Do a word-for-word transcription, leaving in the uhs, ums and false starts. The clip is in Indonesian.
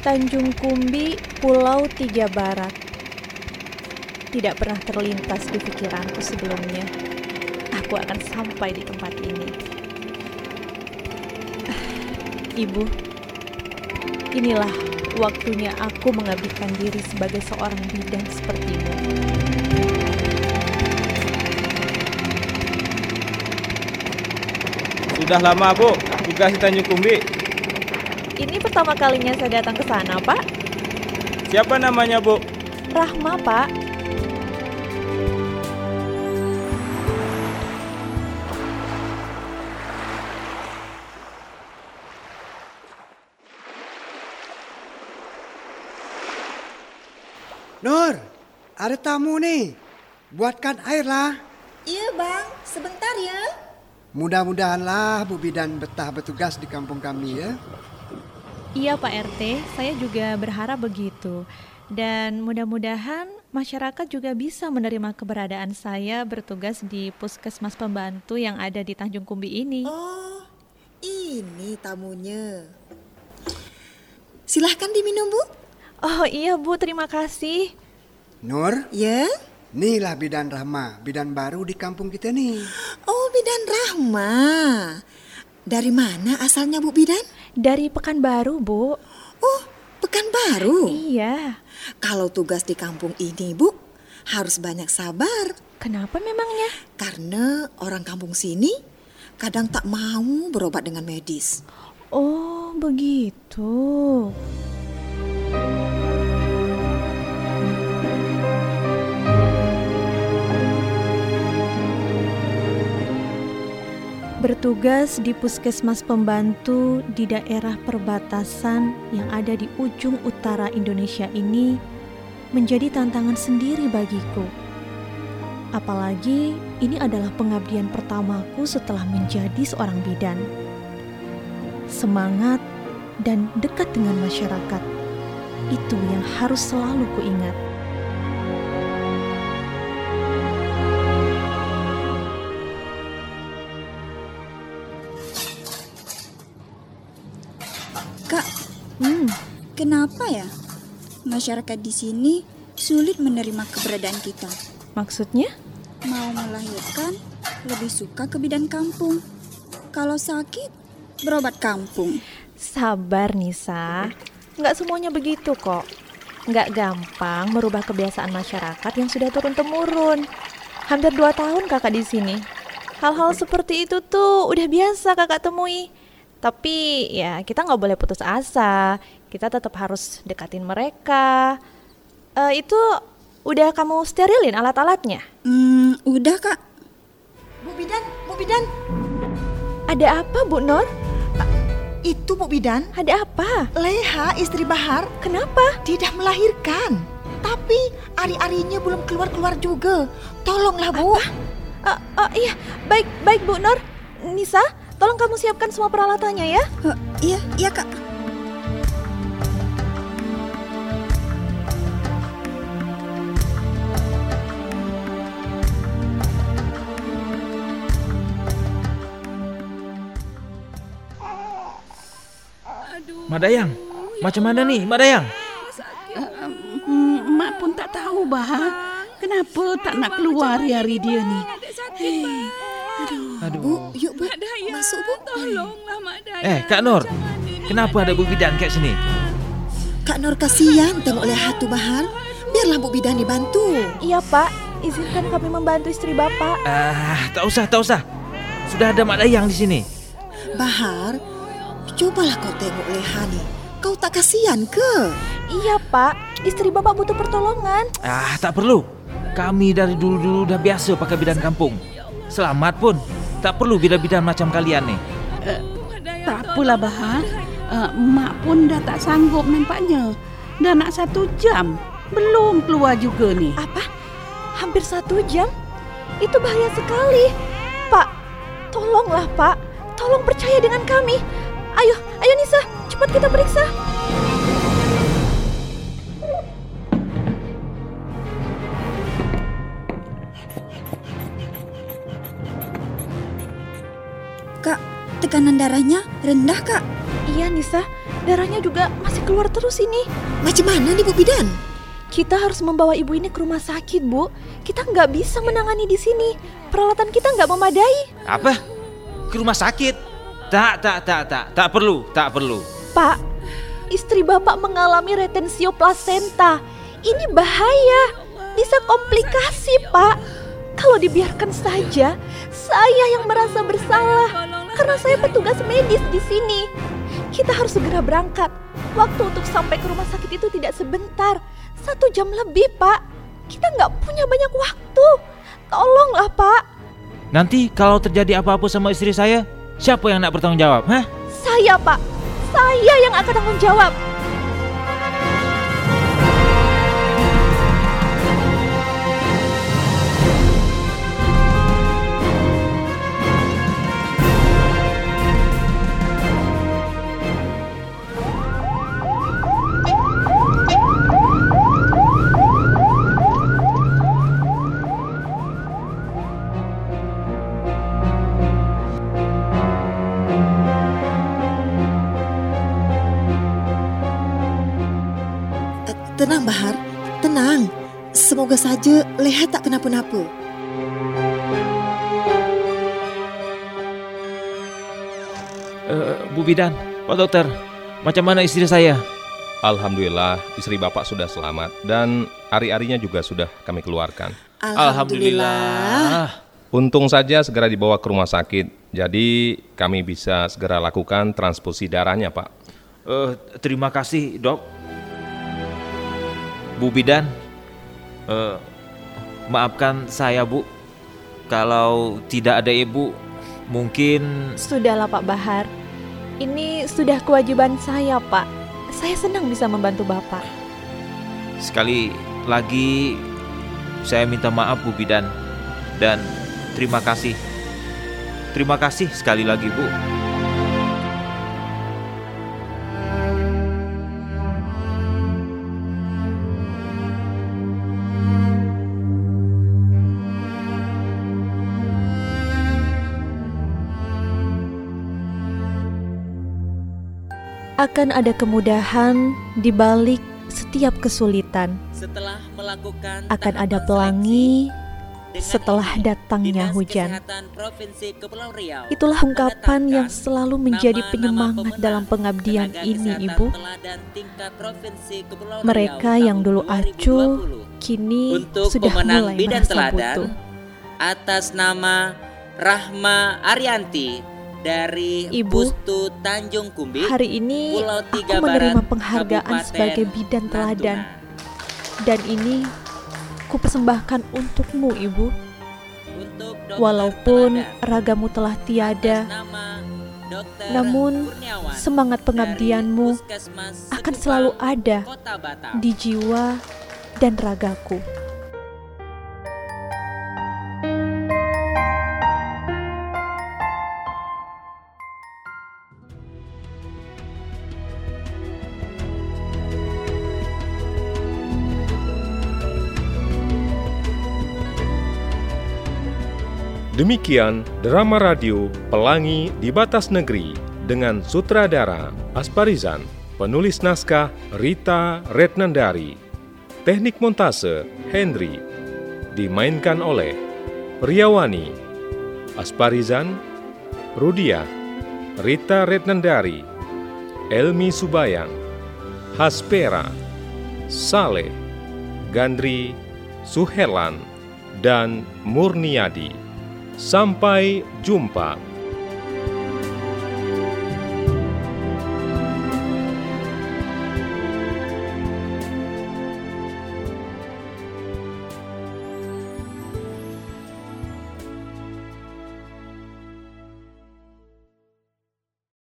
Tanjung Kumbi, Pulau Tiga Barat. Tidak pernah terlintas di pikiranku sebelumnya aku akan sampai di tempat ini. Ibu, inilah waktunya aku mengabdikan diri sebagai seorang bidan sepertimu. Sudah lama, Bu, tugas di Tanjung Kumbi. Ini pertama kalinya saya datang ke sana, Pak. Siapa namanya, Bu? Rahma, Pak. Nur, ada tamu nih. Buatkan air lah. Iya bang, sebentar ya. Mudah-mudahanlah Bu Bidan betah bertugas di kampung kami ya. Iya Pak R T, saya juga berharap begitu. Dan mudah-mudahan masyarakat juga bisa menerima keberadaan saya bertugas di Puskesmas Pembantu yang ada di Tanjung Kumbi ini. Oh, ini tamunya. Silahkan diminum, Bu. Oh iya Bu, terima kasih. Nur, Ya? inilah Bidan Rahma, bidan baru di kampung kita nih. Oh, Bidan Rahma. Dari mana asalnya Bu Bidan? Dari Pekanbaru, Bu. Oh, Pekanbaru. Iya. Kalau tugas di kampung ini, Bu, harus banyak sabar. Kenapa memangnya? Karena orang kampung sini kadang tak mau berobat dengan medis. Oh, begitu. Bertugas di Puskesmas Pembantu di daerah perbatasan yang ada di ujung utara Indonesia ini menjadi tantangan sendiri bagiku. Apalagi ini adalah pengabdian pertamaku setelah menjadi seorang bidan. Semangat dan dekat dengan masyarakat, itu yang harus selalu kuingat. Kak, Hmm, kenapa ya masyarakat di sini sulit menerima keberadaan kita? maksudnya? Mau melahirkan lebih suka ke bidan kampung. Kalau sakit, berobat kampung. Sabar Nisa, nggak semuanya begitu kok. Nggak gampang merubah kebiasaan masyarakat yang sudah turun-temurun. Hampir dua tahun kakak di sini. Hal-hal seperti itu tuh udah biasa kakak temui. Tapi ya kita nggak boleh putus asa. Kita tetap harus dekatin mereka. Eh, itu udah kamu sterilin alat-alatnya? Hmm, udah kak. Bu Bidan, Bu Bidan. Ada apa Bu Nur? Itu Bu Bidan. Ada apa? Leha, istri Bahar, Kenapa? tidak melahirkan. Tapi ari-arinya belum keluar-keluar juga. Tolonglah Bu. Eh, eh, iya, baik, baik Bu Nur. Nisa, tolong kamu siapkan semua peralatannya ya. Eh, iya, iya kak. Madayang, macam mana nih Madayang? Hmm, Mak pun tak tahu, Bah. Kenapa tak nak keluar hari dia ni? Hei, aduh. Aduh. Bu, yuk Bu, masuk Bu. Tolonglah Mak Dayang. Eh, Kak Nur, kenapa ada Bu Bidan kat sini? Kak Nur kasihan tengok Leha tu Bahar. Biarlah Bu Bidan dibantu. Iya Pak, izinkan kami membantu istri Bapak. Ah, tak usah, tak usah. Sudah ada Madayang di sini. Bahar, cobalah kau tengok Leha ni. Kau tak kasihan ke? Iya Pak, istri Bapak butuh pertolongan. Ah, tak perlu. Kami dari dulu-dulu dah biasa pakai bidan kampung. Selamat pun. Tak perlu bidan-bidan macam kalian ni. Tak apalah, Bah. Uh, Mak pun dah tak sanggup nampaknya. Dah nak satu jam. Belum keluar juga ni. Apa? Hampir satu jam? Itu bahaya sekali. Pak, tolonglah Pak. Tolong percaya dengan kami. Ayo, ayo Nisa, cepat kita periksa. Kak, tekanan darahnya rendah kak. Iya Nisa, darahnya juga masih keluar terus ini. Macam mana nih Bu Bidan? Kita harus membawa ibu ini ke rumah sakit, Bu. Kita nggak bisa menangani di sini. Peralatan kita nggak memadai. Apa? Ke rumah sakit? Tak, tak, tak, tak, tak perlu, tak perlu. Pak, istri Bapak mengalami retensio plasenta. Ini bahaya, bisa komplikasi, Pak. Kalau dibiarkan saja, saya yang merasa bersalah karena saya petugas medis di sini. Kita harus segera berangkat. Waktu untuk sampai ke rumah sakit itu tidak sebentar, satu jam lebih, Pak. Kita nggak punya banyak waktu. Tolonglah, Pak. Nanti kalau terjadi apa-apa sama istri saya, siapa yang nak bertanggung jawab? Hah? Saya, Pak. Saya yang akan tanggung jawab. Tenang Bahar, tenang. Semoga saja Leha tak kenapa-napa. Uh, Bu Bidan, Pak Dokter, macam mana istri saya? Alhamdulillah, istri Bapak sudah selamat dan ari-arinya juga sudah kami keluarkan. Alhamdulillah. Untung saja segera dibawa ke rumah sakit, jadi kami bisa segera lakukan transfusi darahnya, Pak. Uh, terima kasih, Dok. Bu Bidan, uh, maafkan saya, Bu. Kalau tidak ada Ibu, mungkin... Sudahlah Pak Bahar, ini sudah kewajiban saya, Pak. Saya senang bisa membantu Bapak. Sekali lagi, saya minta maaf Bu Bidan. Dan terima kasih. Terima kasih sekali lagi, Bu. Akan ada kemudahan di balik setiap kesulitan. Setelah melakukan akan ada pelangi setelah datangnya hujan. Itulah ungkapan yang selalu menjadi penyemangat dalam pengabdian ini, Ibu. Mereka yang dulu acuh, kini sudah mulai merasa butuh. Atas nama Rahma Arianti dari Ibu, Pustu Tanjung Kumbi, hari ini Pulau aku Tiga menerima Barat, penghargaan Kabupaten sebagai bidan teladan. Natuna. Dan ini ku persembahkan untukmu, Ibu. Untuk Walaupun teladan, ragamu telah tiada, namun Kurniawan semangat pengabdianmu akan selalu ada di jiwa dan ragaku. Demikian drama radio Pelangi di Batas Negeri dengan sutradara Asparizan, penulis naskah Rita Retnandari, teknik montase Henry, dimainkan oleh Priyawani, Asparizan, Rudiah, Rita Retnandari, Elmi Subayang, Haspera, Saleh, Gandri, Suherlan, dan Murniadi. Sampai jumpa.